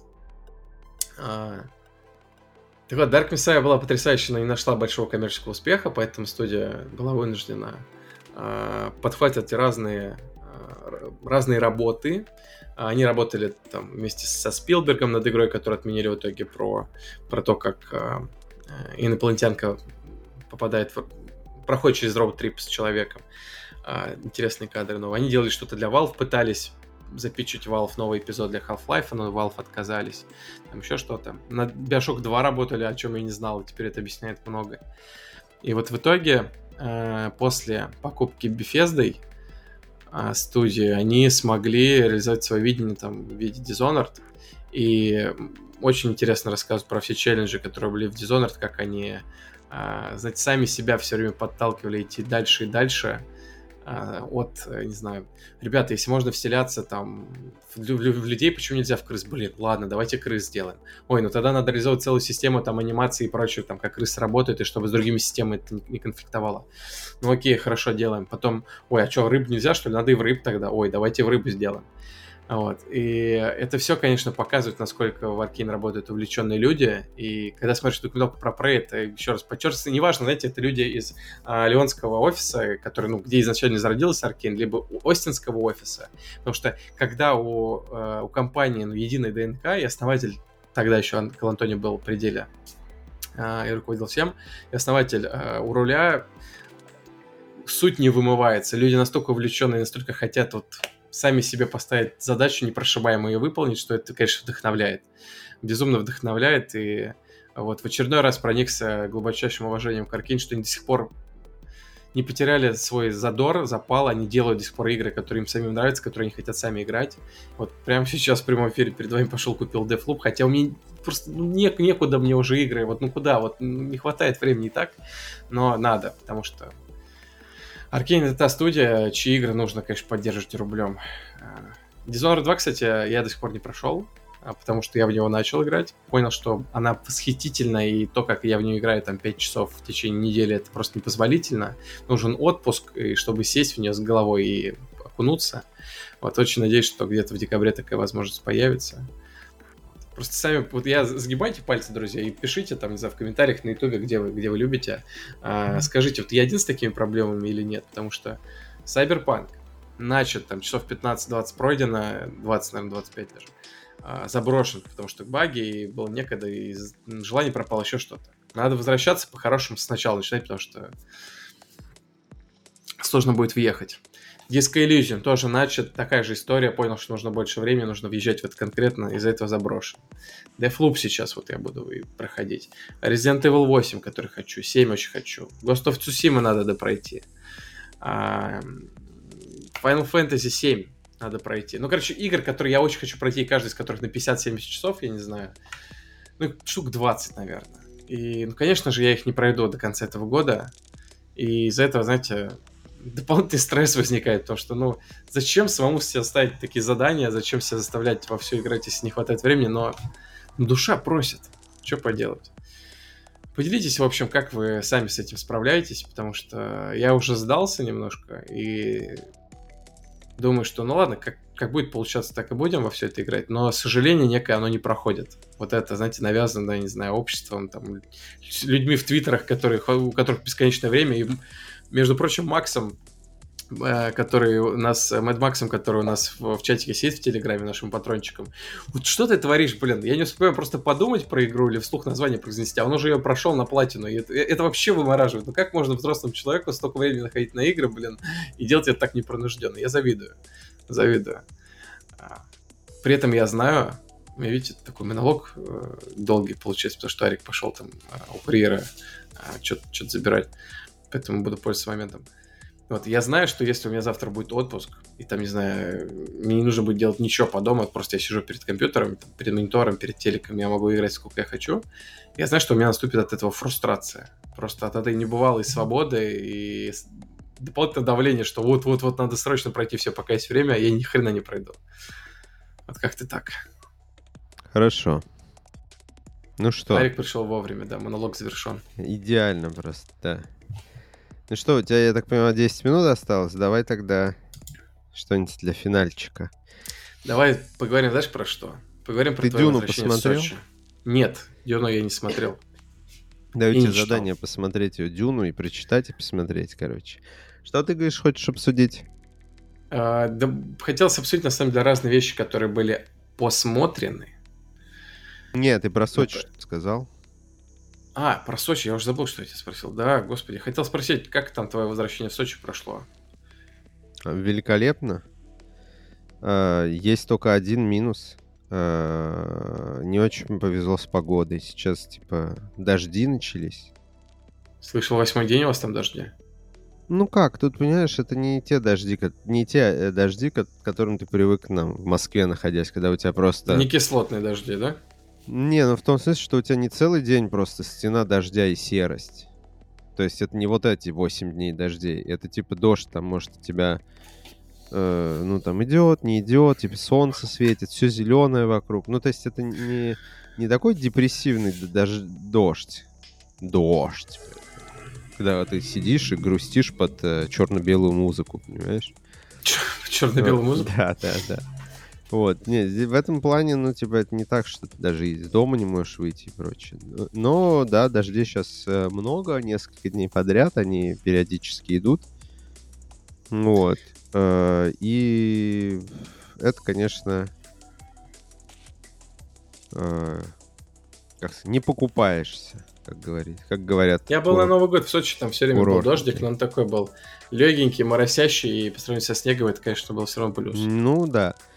Так вот, Dark Messiah была потрясающей, но не нашла большого коммерческого успеха, поэтому студия была вынуждена подхватывать разные работы. Они работали там вместе со Спилбергом над игрой, которую отменили в итоге, про то, как инопланетянка проходит через робот-трип с человеком. Интересные кадры новые. Они делали что-то для Valve, пытались запичить Valve новый эпизод для Half-Life, но Valve отказались. Там еще что-то. На Bioshock 2 работали, о чем я не знал, и теперь это объясняет многое. И вот в итоге после покупки Bethesda студии, они смогли реализовать свое видение там в виде Dishonored. И очень интересно рассказывать про все челленджи, которые были в Dishonored, как они, знаете, сами себя все время подталкивали идти дальше и дальше от, не знаю, ребята, если можно вселяться там в людей, почему нельзя в крыс? Блин, ладно, давайте крыс сделаем. Ой, тогда надо реализовать целую систему там анимации и прочее, там, как крысы работают, и чтобы с другими системами это не конфликтовало. Окей, хорошо, делаем. Потом, ой, а что, рыб нельзя, что ли? Надо и в рыб тогда. Ой, давайте в рыбу сделаем. Вот. И это все, конечно, показывает, насколько в Arcane работают увлеченные люди. И когда смотришь документалку про Prey, это еще раз подчеркивается, неважно, знаете, это люди из Лионского офиса, который, где изначально зародилась Arcane, либо у Остинского офиса. Потому что когда у компании единая ДНК, и основатель, тогда еще Колантонио был в пределе и руководил всем, и основатель у руля, суть не вымывается. Люди настолько увлеченные, настолько хотят сами себе поставить задачу непрошибаемую и выполнить, что это, конечно, вдохновляет. Безумно вдохновляет. И вот в очередной раз проникся глубочайшим уважением к Arcane, что они до сих пор не потеряли свой задор, запал, они делают до сих пор игры, которые им самим нравятся, которые они хотят сами играть. Вот прямо сейчас в прямом эфире перед вами пошел, купил Deathloop, хотя у меня просто некуда мне уже игры, вот куда, вот не хватает времени и так, но надо, потому что Arkane — это та студия, чьи игры нужно, конечно, поддерживать рублем. Dishonored 2, кстати, я до сих пор не прошел, потому что я в него начал играть, понял, что она восхитительна, и то, как я в нее играю там 5 часов в течение недели, это просто непозволительно. Нужен отпуск, и чтобы сесть в нее с головой и окунуться. Вот очень надеюсь, что где-то в декабре такая возможность появится. Просто сами, вот я сгибайте пальцы, друзья, и пишите там, не знаю, в комментариях на ютубе, где вы любите. Скажите, вот я один с такими проблемами или нет, потому что Cyberpunk начат, там, часов 15-20 пройдено, 20, наверное, 25 даже, заброшен, потому что баги, и было некогда, и желание пропало, еще что-то. Надо возвращаться по-хорошему сначала начинать, потому что сложно будет въехать. Disco Elysium тоже начат, такая же история, понял, что нужно больше времени, нужно въезжать в это конкретно, из-за этого заброшен. Deathloop сейчас вот я буду проходить. Resident Evil 8, который хочу, 7 очень хочу. Ghost of Tsushima надо допройти. Final Fantasy 7 надо пройти. Ну, короче, игр, которые я очень хочу пройти, каждый из которых на 50-70 часов, я не знаю. Ну, штук 20, наверное. И, ну, конечно же, я их не пройду до конца этого года. И из-за этого, знаете, дополнительный стресс возникает, потому что, ну, зачем самому себе ставить такие задания, зачем себя заставлять во все играть, если не хватает времени, но душа просит. Что поделать? Поделитесь, в общем, как вы сами с этим справляетесь, потому что я уже сдался немножко, и думаю, что, ну ладно, как будет получаться, так и будем во все это играть, но сожаление некое, оно не проходит. Вот это, знаете, навязано, да, не знаю, обществом, там, людьми в твиттерах, у которых бесконечное время, и, между прочим, Максом, который у нас, Мэд Максом, который у нас в чатике сидит в Телеграме, нашим патрончиком. Вот что ты творишь, блин? Я не успеваю просто подумать про игру или вслух название произнести, а он уже ее прошел на платину. И это вообще вымораживает. Ну как можно взрослому человеку столько времени находить на игры, блин, и делать это так непринужденно? Я завидую. При этом я знаю, видите, такой монолог долгий получается, потому что Арик пошел там у курьера что-то забирать. Поэтому буду пользоваться моментом. Вот, я знаю, что если у меня завтра будет отпуск, и там, не знаю, мне не нужно будет делать ничего по дому, просто я сижу перед компьютером, перед монитором, перед телеком, я могу играть сколько я хочу, я знаю, что у меня наступит от этого фрустрация. Просто от этой небывалой свободы и дополнительное давление, что вот надо срочно пройти все, пока есть время, а я ни хрена не пройду. Вот как-то так. Хорошо. Ну что? Арик пришел вовремя, да, монолог завершен. Идеально просто, да. Ну что, у тебя, я так понимаю, 10 минут осталось. Давай тогда что-нибудь для финальчика. Давай поговорим, знаешь, про что? Поговорим про твое возвращение в Сочи. Нет, Дюну я не смотрел. Даю тебе задание посмотреть ее, Дюну, и прочитать, и посмотреть, короче. Что ты, говоришь, хочешь обсудить? Да, хотелось обсудить, на самом деле, разные вещи, которые были посмотрены. Нет, ты про Сочи что-то сказал. Про Сочи, я уже забыл, что я тебя спросил. Да, господи, хотел спросить, как там твое возвращение в Сочи прошло? Великолепно. Есть только один минус. Не очень повезло с погодой. Сейчас, типа, дожди начались. Слышал, 8-й день у вас там дожди? Ну как, тут, понимаешь, это не те дожди, к которым ты привык в Москве находясь, когда у тебя просто... Не кислотные дожди, да? Не, ну в том смысле, что у тебя не целый день просто стена дождя и серость. То есть это не вот эти 8 дней дождей. Это типа дождь там, может, у тебя... ну там идет, не идет, типа солнце светит, все зеленое вокруг. Ну то есть это не такой депрессивный даже дождь. Дождь. Когда ты сидишь и грустишь под черно-белую музыку, понимаешь? Черно-белую музыку? Да. Вот, не, в этом плане, ну, типа, это не так, что ты даже из дома не можешь выйти и прочее. Но, да, дождей сейчас много, несколько дней подряд, они периодически идут. Вот. И это, конечно, не покупаешься, как говорят. Я был на Новый год в Сочи, там все время был дождик, но он такой был легенький, моросящий, и по сравнению со снегом это, конечно, был все равно плюс. Ну, да.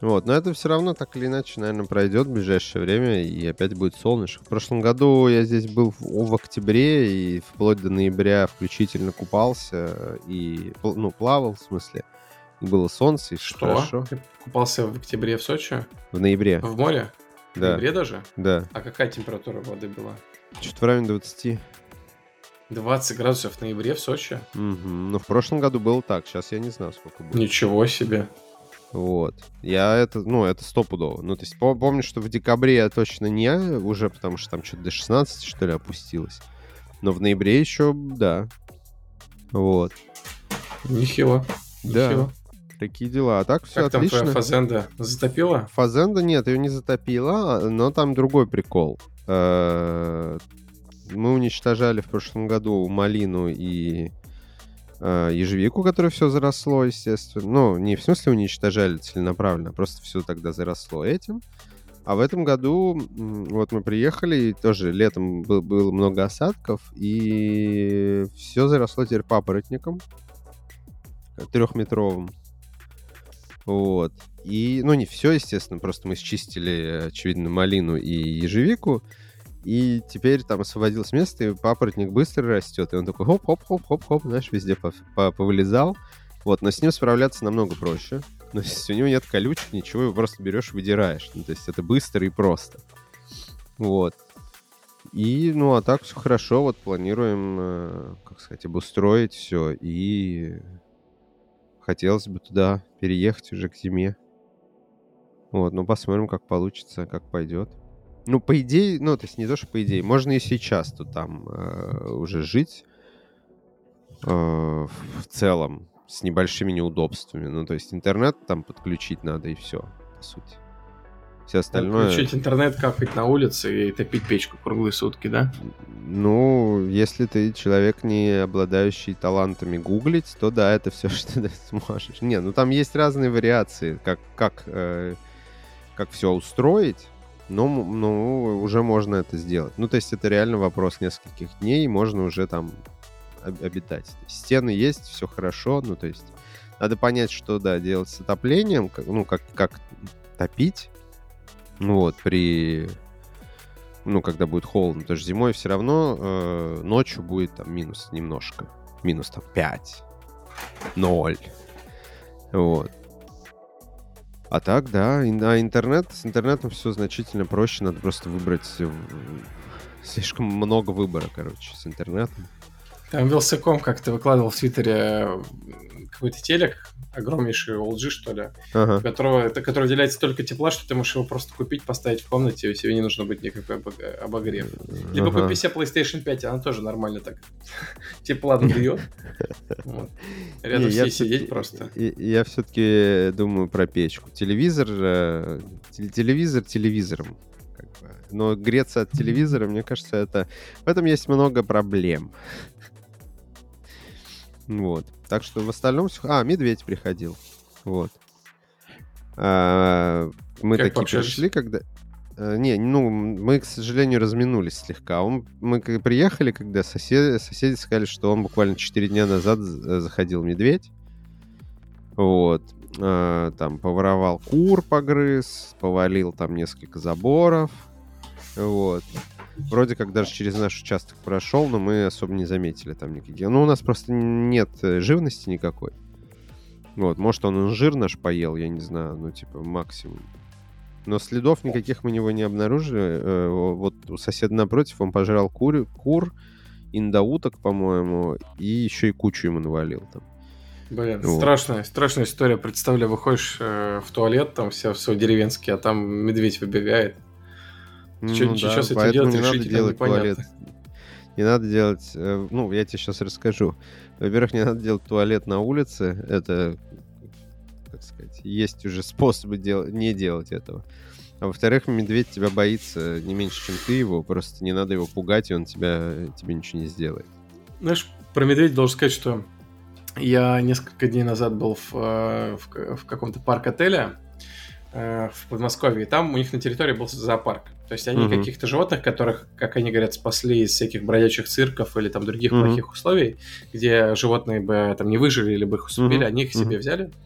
Вот, но это все равно так или иначе, наверное, пройдет в ближайшее время, и опять будет солнышко. В прошлом году я здесь был в октябре, и вплоть до ноября включительно купался, и, ну, плавал, в смысле. И было солнце, и все Что? хорошо. Ты купался в октябре в Сочи? В ноябре, В море? В да, ноябре даже? да. А какая температура воды была? Что-то в районе 20. 20 градусов в ноябре в Сочи? Мгм. Ну, в прошлом году было так, сейчас я не знаю, сколько будет. Ничего себе. Вот. Это стопудово. Ну, то есть помню, что в декабре я точно не уже, потому что там что-то до 16, что ли, опустилось. Но в ноябре еще, да. Вот. Нехило. Да. Нехило. Такие дела. А так все Как там отлично. твоя фазенда? Затопила? Фазенда нет, ее не затопило, но там другой прикол. Мы уничтожали в прошлом году малину и ежевику, которое все заросло, естественно. Ну, не в смысле уничтожали целенаправленно, а просто все тогда заросло этим. А в этом году вот мы приехали, и тоже летом было много осадков, и все заросло теперь папоротником 3-метровым. Вот. И, ну, не все, естественно, просто мы счистили, очевидно, малину и ежевику, и теперь там освободилось место, и папоротник быстро растет, и он такой хоп-хоп-хоп-хоп-хоп, знаешь, везде повылезал. Вот, но с ним справляться намного проще. Ну, то есть у него нет колючек, ничего, его просто берешь, выдираешь. Ну, то есть это быстро и просто. Вот. И, ну, а так все хорошо, вот планируем, как сказать, обустроить все, и хотелось бы туда переехать уже к зиме. Вот, ну посмотрим, как получится, как пойдет. Ну, по идее, ну, то есть не то, что по идее, можно и сейчас тут там уже жить в целом с небольшими неудобствами. Ну, то есть интернет там подключить надо, и все, по сути. Все остальное... Включить интернет, кафать на улице и топить печку круглые сутки, да? Ну, если ты человек, не обладающий талантами гуглить, то да, это все, что ты сможешь. Не, ну там есть разные вариации, как все устроить, но уже можно это сделать. Ну, то есть это реально вопрос нескольких дней, и можно уже там обитать. Стены есть, все хорошо, ну, то есть надо понять, что, да, делать с отоплением, как топить, ну, вот, когда будет холодно, потому что зимой все равно ночью будет там минус немножко, минус там 5, 0, вот. А так, да, с интернетом все значительно проще, надо просто выбрать слишком много выбора, короче, с интернетом. Там Вилсаком как-то выкладывал в Твиттере какой-то телек, огромнейший LG, что ли, Ага. который выделяет столько тепла, что ты можешь его просто купить, поставить в комнате, и тебе не нужно быть никакой обогрев. Либо купи себе PlayStation 5, она тоже нормально так тепла дает. Рядом с ней сидеть просто. Я все-таки думаю про печку. Телевизор телевизором. Но греться от телевизора, мне кажется, в этом есть много проблем. Вот. Так что в остальном все... медведь приходил. Вот. Мы как такие пришли, когда... мы, к сожалению, разминулись слегка. Мы приехали, когда соседи сказали, что он буквально 4 дня назад заходил медведь. Вот. Там поворовал кур, погрыз, повалил там несколько заборов. Вот. Вроде как даже через наш участок прошел, но мы особо не заметили там никаких. Ну, у нас просто нет живности никакой. Вот, может, он инжир наш поел, я не знаю, максимум. Но следов никаких мы него не обнаружили. Вот у соседа напротив он пожрал кур, индауток, по-моему, и еще и кучу ему навалил там. Блин, вот. Страшная история. Представляю, выходишь в туалет, там все деревенский, а там медведь выбегает. Что с этим делать, решительно непонятно. Не надо делать... я тебе сейчас расскажу. Во-первых, не надо делать туалет на улице. Это, так сказать, есть уже способы не делать этого. А во-вторых, медведь тебя боится не меньше, чем ты его. Просто не надо его пугать, и он тебе ничего не сделает. Знаешь, про медведя должен сказать, что я несколько дней назад был в каком-то парк-отеле в Подмосковье, и там у них на территории был зоопарк. То есть они каких-то животных, которых, как они говорят, спасли из всяких бродячих цирков или там других плохих условий, где животные бы там не выжили или бы их усыпили, они их себе взяли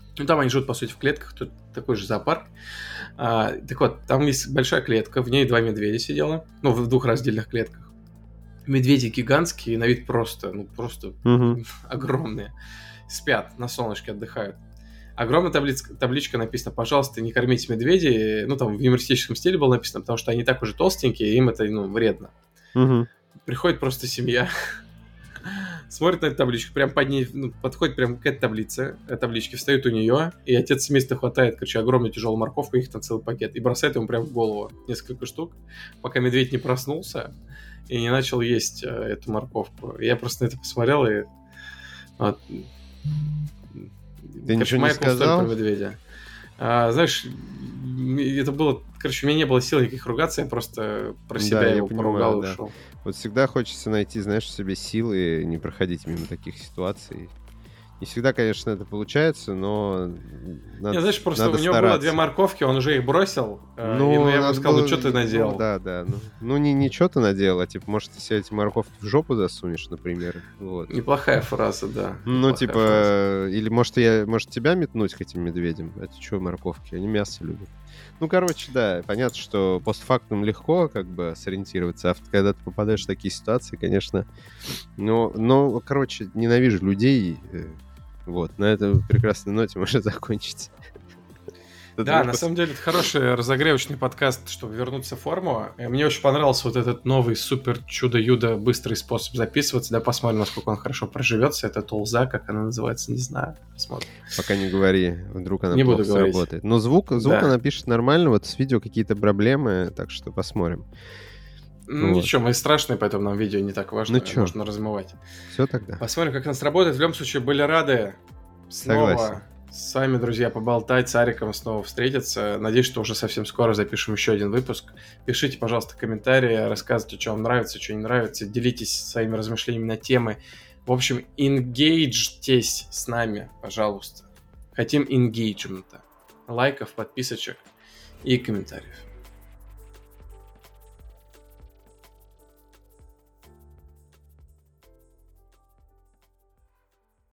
Ну, там они живут, по сути, в клетках, тут такой же зоопарк. Так вот, там есть большая клетка, в ней 2 медведя сидело, ну, в 2 раздельных клетках. Медведи гигантские, на вид просто огромные. Спят, на солнышке отдыхают. Огромная табличка написана: пожалуйста, не кормите медведей. Ну, там в юмористическом стиле было написано, потому что они так уже толстенькие, и им это, вредно. Приходит просто семья, смотрит на эту табличку, прям под ней, подходит прям к этой табличке, встает у нее, и отец семейства хватает, огромную тяжелую морковку, их там целый пакет, и бросает ему прям в голову несколько штук, пока медведь не проснулся и не начал есть эту морковку. Я просто на это посмотрел, и... Ты ничего не сказал? Про медведя. Знаешь, это было... Короче, у меня не было сил никаких ругаться, я просто про себя его поругал и ушел. Вот всегда хочется найти, знаешь, в себе силы не проходить мимо таких ситуаций. Не всегда, конечно, это получается, но надо, знаешь, просто надо у него стараться. было 2 морковки, он уже их бросил, и я ему сказал, что ты наделал? Да. Не что ты наделал, а типа, может, ты себе эти морковки в жопу засунешь, например. Вот. Неплохая фраза, да. Или может тебя метнуть к этим медведям? Это что, морковки? Они мясо любят. Да, понятно, что постфактум легко сориентироваться, а когда ты попадаешь в такие ситуации, конечно... Но ненавижу людей. Вот, на этой прекрасной ноте можно закончить. Да, на самом деле это хороший разогревочный подкаст, чтобы вернуться в форму. Мне очень понравился вот этот новый супер чудо-юдо быстрый способ записываться. Да, посмотрим, насколько он хорошо проживется. Это тулза, как она называется, не знаю. Посмотрим. Пока не говори, вдруг она не плохо буду говорить. сработает. Но звук она пишет нормально, вот с видео какие-то проблемы, так что посмотрим. Ничего, мы страшные, поэтому нам видео не так важно, можно размывать. Все тогда. Посмотрим, как нас работает. В любом случае, были рады снова... Согласен. С вами, друзья, поболтать, с Ариком снова встретиться. Надеюсь, что уже совсем скоро запишем еще один выпуск. Пишите, пожалуйста, комментарии, рассказывайте, что вам нравится, что не нравится. Делитесь своими размышлениями на темы. В общем, engage-тесь с нами, пожалуйста. Хотим engagement. Лайков, подписочек и комментариев.